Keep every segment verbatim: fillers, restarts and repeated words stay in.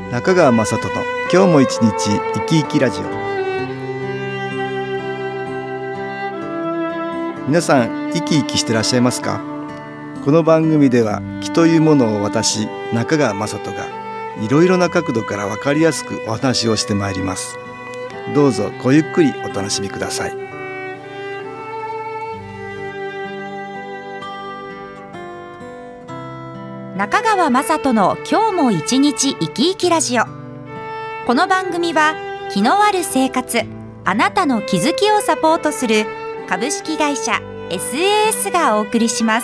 中川雅人の今日も一日生き生きラジオ。皆さん生き生きしてらっしゃいますか？この番組では気というものを私中川雅人がいろいろな角度から分かりやすくお話をしてまいります。どうぞごゆっくりお楽しみください。 中川雅人の今日も一日生き生きラジオ。この番組は気のある生活、あなたの気づきをサポートする株式会社 エスエーエス がお送りします。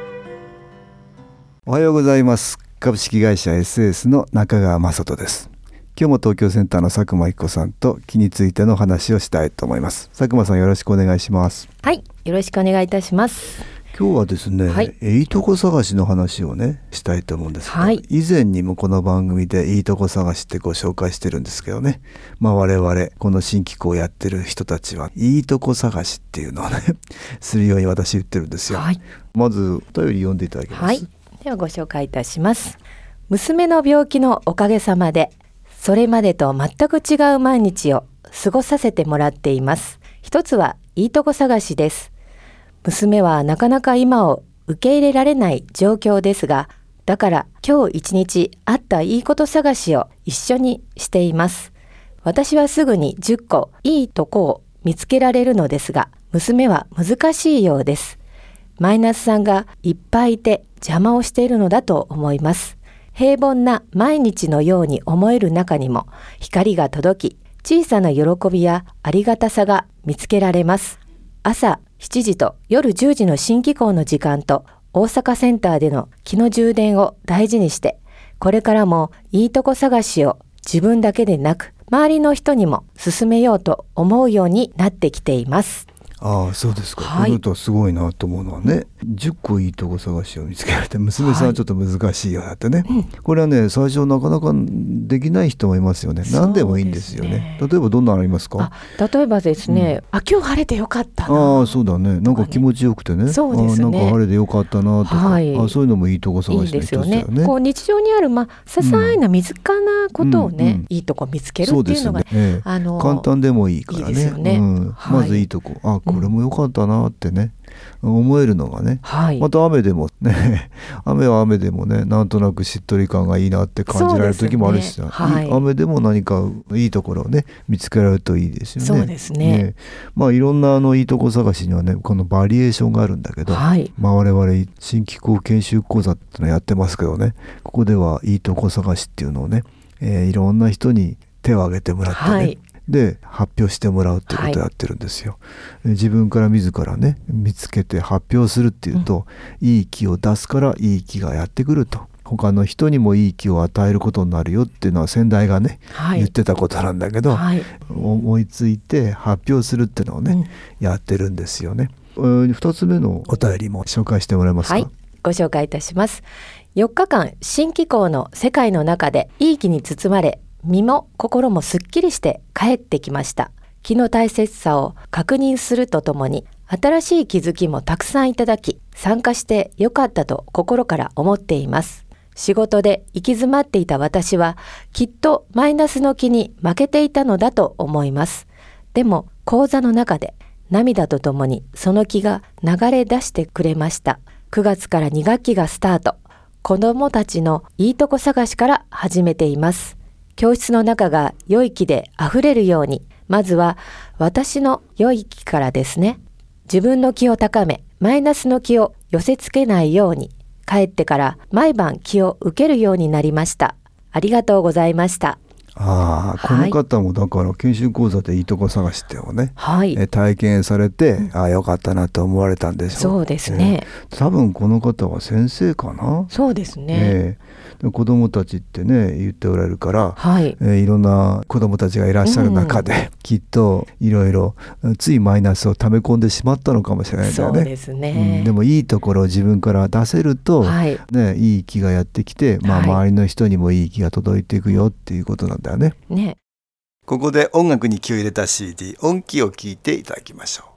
おはようございます。株式会社 エスエーエス の中川雅人です。今日も東京センターの佐久間一子さんと気についての話をしたいと思います。佐久間さん、よろしくお願いします。 はい、よろしくお願いいたします。 今日はですね、はい、いいとこ探しの話をねしたいと思うんですけど、はい、以前にもこの番組でいいとこ探しってご紹介してるんですけどね、まあ我々この新機構をやってる人たちはいいとこ探しっていうのをねするように私言ってるんですよ。はい、まずお便り読んでいただけます？はい、 ではご紹介いたします。娘の病気のおかげさまでそれまでと全く違う毎日を過ごさせてもらっています。一つはいいとこ探しです。娘はなかなか今を受け入れられない状況ですが、だから今日一日あったいいこと探しを一緒にしています。私はすぐにじゅっこいいとこを見つけられるのですが、娘は難しいようです。マイナスさんがいっぱいいて邪魔をしているのだと思います。平凡な毎日のように思える中にも光が届き、小さな喜びやありがたさが見つけられます。朝しちじと夜じゅうじの新機構の時間と大阪センターでの気の充電を大事にして、これからもいいとこ探しを自分だけでなく周りの人にも進めようと思うようになってきています。 ああ、そうですか。はい、この人はすごいなと思うのはね、じゅっこいいとこ探しを見つけられて、娘さんはちょっと難しいよなってね、はい、うん、これはね最初なかなかできない人もいますよね。何でもいいんですよね。例えばどんなのありますか？ あ、例えばですね、うん、あ、今日晴れてよかったな。 ああ、そうだね。なんか気持ちよくてね、 そうですね、 あ、なんか晴れてよかったなとか、はい、あ、そういうのもいいとこ探しの一つだよね。いいですよね。こう日常にある、まあ、些細な身近なことをね、うんうんうん、いいとこ見つけるっていうのが、ね、ええ、 あの簡単でもいいからね。いいですよね。うん、はい、まずいいとこ、あ、これもよかったなってね、うん、思えるのがね、はい、また雨でもね雨は雨でもね、なんとなくしっとり感がいいなって感じられる時もあるし、ね、はい、雨でも何かいいところをね見つけられるといいですよね。 そうですね。ね、 まあいろんなあのいいとこ探しにはね、このバリエーションがあるんだけど、はい、まあ我々新機構研修講座ってのやってますけどね、ここではいいとこ探しっていうのをね、えー、いろんな人に手を挙げてもらってね、はい、で発表してもらうっていうことをやってるんですよ。はい、自分から自らね見つけて発表するっていうと、うん、いい気を出すからいい気がやってくると、他の人にもいい気を与えることになるよっていうのは先代がね、はい、言ってたことなんだけど、はい、思いついて発表するっていうのをね、うん、やってるんですよね。ふたつめのお便りも紹介してもらえますか？ はい、ご紹介いたします。よっかかん新機構の世界の中でいい気に包まれ、身も心もすっきりして帰ってきました。気の大切さを確認するとともに、新しい気づきもたくさんいただき、参加してよかったと心から思っています。仕事で行き詰まっていた私は、きっとマイナスの気に負けていたのだと思います。でも講座の中で涙とともにその気が流れ出してくれました。くがつからにがっきがスタート。子どもたちのいいとこ探しから始めています。教室の中が良い気であふれるように、まずは私の良い気からですね。自分の気を高め、マイナスの気を寄せつけないように、帰ってから毎晩気を受けるようになりました。ありがとうございました。 ああ、この方もだから研修講座でいいとこ探しっていうのをね、はい、え体験されて、うん、ああよかったなと思われたんでしょう。 そうですね、 えー、多分この方は先生かな。 そうですね、 えー、子どもたちってね言っておられるから、はい、えー、いろんな子どもたちがいらっしゃる中で、うん、きっといろいろついマイナスを溜め込んでしまったのかもしれないんだよね。 そうですね、 うん、でもいいところを自分から出せると、はい、ね、いい気がやってきて、まあ、周りの人にもいい気が届いていくよっていうことなんだよね。 ね、 ここで音楽に気を入れた シーディー 音気を聞いていただきましょう。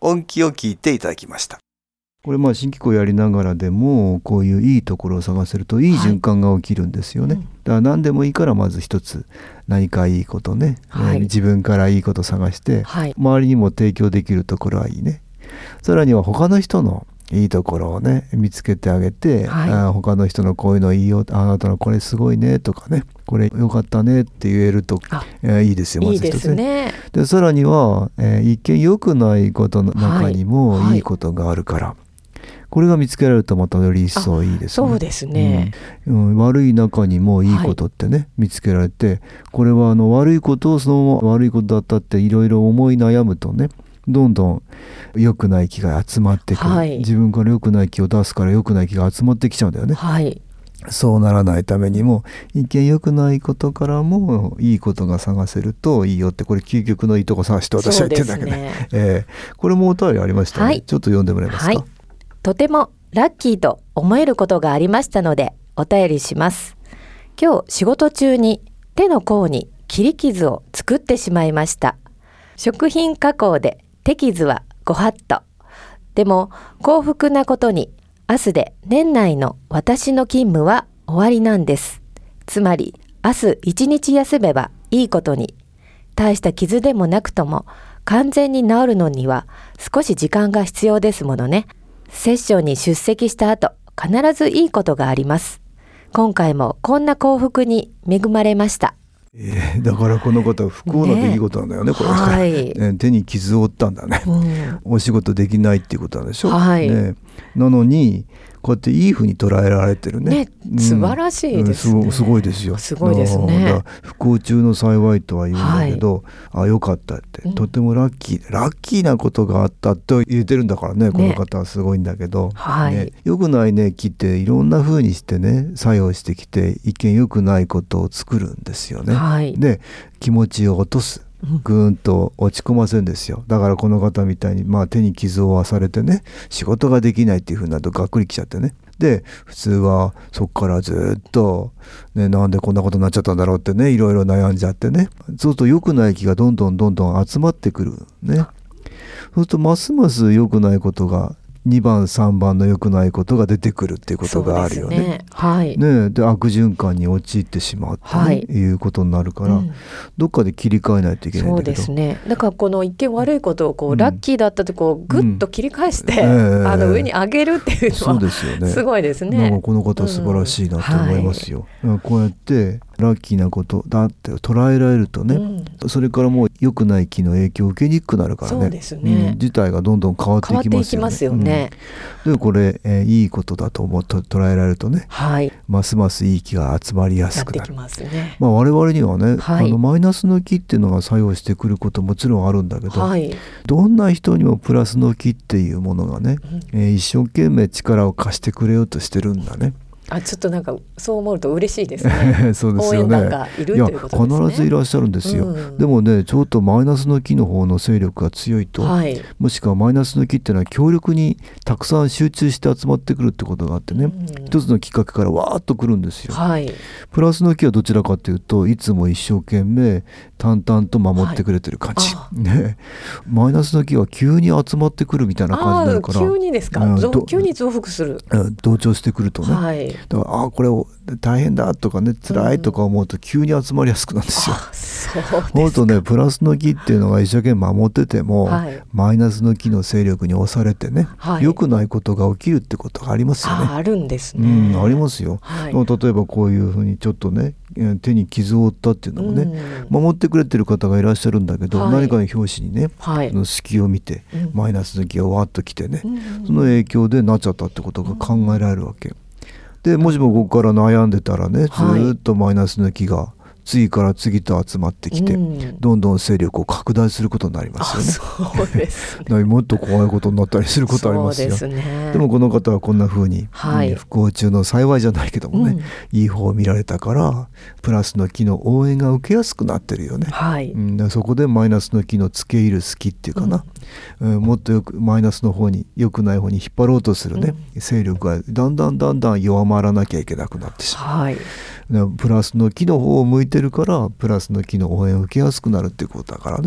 音気を聞いていただきました。これまあ新機構やりながらでもこういういいところを探せるといい循環が起きるんですよね、はい、だから何でもいいからまず一つ何かいいことね、はい、えー、自分からいいことを探して、はい、周りにも提供できるところはいいね。さらには他の人のいいところをね見つけてあげて、はい、あ他の人のこういうのいいよ、あなたのこれすごいねとかね、これ良かったねって言えると、えー、いいですよ。まず一つね。いいですね。でさらには、えー、一見良くないことの中にもいいことがあるから、はいはい、これが見つけられるとまたより一層いいですね。 そうですね、 うんうん、悪い中にもいいことってね、はい、見つけられて、これはあの悪いことをそのまま悪いことだったっていろいろ思い悩むとね、どんどん良くない気が集まってくる、はい、自分から良くない気を出すから良くない気が集まってきちゃうんだよね、はい、そうならないためにも一見良くないことからもいいことが探せるといいよって、これ究極のいいとこ探しと私は言ってんだけど、ねえー、これもお便りありましたね、はい、ちょっと読んでもらえますか。はい、 とてもラッキーと思えることがありましたのでお便りします。今日仕事中に手の甲に切り傷を作ってしまいました。食品加工で手傷はご法度。でも幸福なことに明日で年内の私の勤務は終わりなんです。つまり明日一日休めばいいことに。大した傷でもなくとも完全に治るのには少し時間が必要ですものね。セッションに出席した後必ずいいことがあります。今回もこんな幸福に恵まれました。 えー、だからこの方は不幸な出来事なんだよね、ね、これ、はい、ね、手に傷を負ったんだね、うん、お仕事できないっていうことなんでしょ、はい、ね、なのにこうやっていい風に捉えられてるね。 ね、素晴らしいですね、 うん、す, すごいですよ。 すごいですね。 不幸中の幸いとは言うんだけど、はい、あよかったって、うん、とてもラッキーラッキーなことがあったと言ってるんだからね、この方はすごいんだけど、ね、はい、ね、良くないね木っていろんな風にしてね作用してきて一見良くないことを作るんですよね、はい、で気持ちを落とす、ぐーんと落ち込ませるんですよ。だからこの方みたいに、まあ、手に傷を負わされてね仕事ができないっていう風になるとがっくりきちゃってね、で普通はそこからずっと、ね、なんでこんなことになっちゃったんだろうってねいろいろ悩んじゃってね、そうすると良くない気がどんどんどんどん集まってくるね。そうするとますます良くないことがにばんさんばんの良くないことが出てくるっていうことがあるよね。そうですね、はい、ね、で悪循環に陥ってしまうって、ね、はい、いうことになるから、うん、どっかで切り替えないといけないんだけど。 そうですね。だからこの一見悪いことをこう、うん、ラッキーだったとこうグッと切り返して、うん、あの上に上げるっていうのは、そうですよね、すごいですね。 なんかこの方素晴らしいなと思いますよ、うん、はい、こうやってラッキーなことだって捉えられるとね、うん、それからもう良くない気の影響を受けにくくなるからね。そうですね、うん、事態がどんどん変わっていきますよね。変わっていきますよね、うん、でこれ、えー、いいことだと思って捉えられるとね、はい、ますますいい気が集まりやすくなる。なってきますね。まあ、我々にはね、はい、あのマイナスの気っていうのが作用してくることもちろんあるんだけど、はい、どんな人にもプラスの気っていうものがね、うん、えー、一生懸命力を貸してくれようとしてるんだね。 あ、ちょっとなんかそう思うと嬉しいですね。 そうですよね。 応援団がいるということですね。 いや、必ずいらっしゃるんですよ、うん、でもねちょっとマイナスの気の方の勢力が強いと、はい、もしくはマイナスの気っていうのは強力にたくさん集中して集まってくるってことがあってね、うん、一つのきっかけからわーっとくるんですよ、はい、プラスの気はどちらかというといつも一生懸命淡々と守ってくれてる感じ、はい、ね、マイナスの気は急に集まってくるみたいな感じになるから。 急にですか、うん、急に増幅する、 うん、同調してくるとね、はい、だからあこれを大変だとかね辛いとか思うと急に集まりやすくなるんですよ、うん、そうですか。ね、プラスの気っていうのが一生懸命守ってても、はい、マイナスの気の勢力に押されてね、はい、良くないことが起きるってことがありますよね。 あ、あるんですね、 うん、ありますよ、はい、例えばこういうふうにちょっとね手に傷を負ったっていうのもね、うん、守ってくれてる方がいらっしゃるんだけど、はい、何かの拍子にね、はい、の隙を見て、うん、マイナスの気がわーっときてね、うん、その影響でなっちゃったってことが考えられるわけ、うん、でもしもここから悩んでたらね、はい、ずっとマイナスの気が次から次と集まってきて、うん、どんどん勢力を拡大することになりますよね。そうですね。もっと怖いことになったりすることありますよ。そうですね。でもこの方はこんな風に、はい、不幸中の幸いじゃないけどもね、うん、いい方を見られたからプラスの気の応援が受けやすくなってるよね、はい、うん、だそこでマイナスの気の付け入る隙っていうかな、うんうん、もっとよくマイナスの方に良くない方に引っ張ろうとするね、うん、勢力がだんだんだんだん弱まらなきゃいけなくなってしまう、はい、プラスの気の方を向いてるからプラスの気の応援を受けやすくなるっていうことだからね、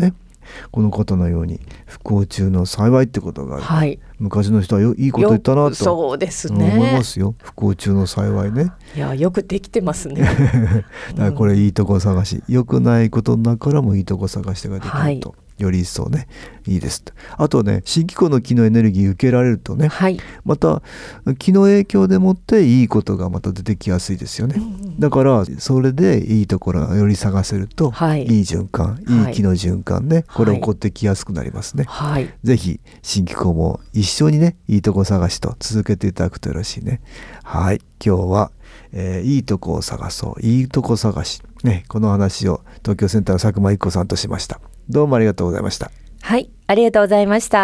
この方のように不幸中の幸いってことがある、はい、昔の人はよいいこと言ったなとそうですね思いますよ。不幸中の幸いね。 いやよくできてますねだからこれいいとこ探し、良くないことの中からもいいとこ探してができると、はい、より一層ねいいですと。あとね、新機構の気のエネルギー受けられるとね、はい、また気の影響でもっていいことがまた出てきやすいですよね、うんうん、だからそれでいいところをより探せると、はい、いい循環、いい気の循環ね、はい、これ起こってきやすくなりますね、はい、ぜひ新機構も一緒にねいいとこ探しと続けていただくとよろしいね。はい、今日は、えー、いいとこを探そう、いいとこ探し、ね、この話を東京センターの佐久間一子さんとしました。どうもありがとうございました。 はい、ありがとうございました。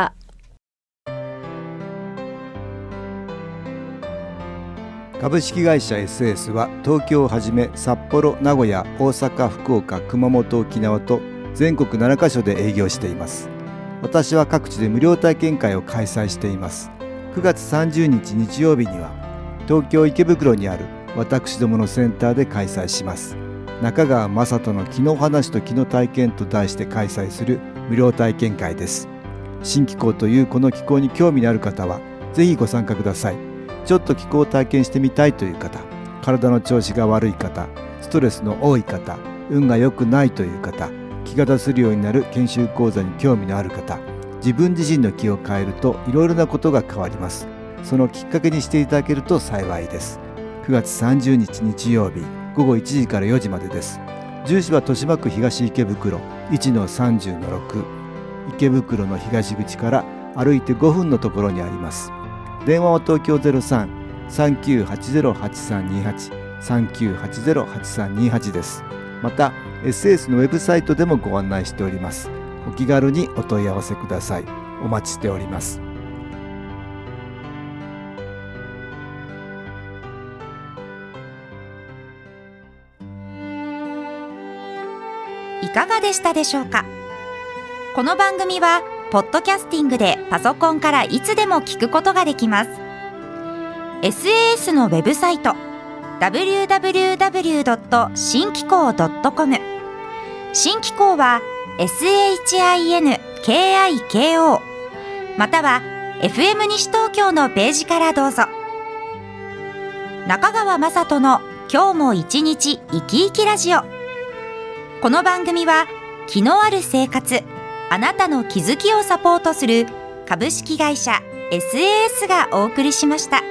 株式会社 エスエーエス は東京をはじめ札幌、名古屋、大阪、福岡、熊本、沖縄と全国ななカ所で営業しています。私は各地で無料体験会を開催しています。くがつさんじゅうにち日曜日には東京池袋にある私どものセンターで開催します。中川雅人の気の話と気の体験と題して開催する無料体験会です。新気候というこの気候に興味のある方はぜひご参加ください。ちょっと気候を体験してみたいという方、体の調子が悪い方、ストレスの多い方、運が良くないという方、気が出せるようになる研修講座に興味のある方、自分自身の気を変えるといろいろなことが変わります。そのきっかけにしていただけると幸いです。くがつさんじゅうにち日曜日ごごいちじからよじまでです。住所は豊島区東池袋 いちのさんじゅうのろく、 池袋の東口から歩いてごふんのところにあります。電話は東京 ゼロさん さんきゅうはちゼロ はちさんにはち さんきゅうはちゼロ はちさんにはち です。また エスエーエス のウェブサイトでもご案内しております。お気軽にお問い合わせください。お待ちしております。 いかがでしたでしょうか。この番組はポッドキャスティングでパソコンからいつでも聞くことができます。 エスエーエス のウェブサイト ダブリューダブリューダブリュードットシンキコードットコム、 新気候は エスエイチアイエヌケーアイケーオー または エフエム 西東京のページからどうぞ。中川雅人の今日も一日生き生きラジオ。この番組は気のある生活、あなたの気づきをサポートする株式会社 エスエーエス がお送りしました。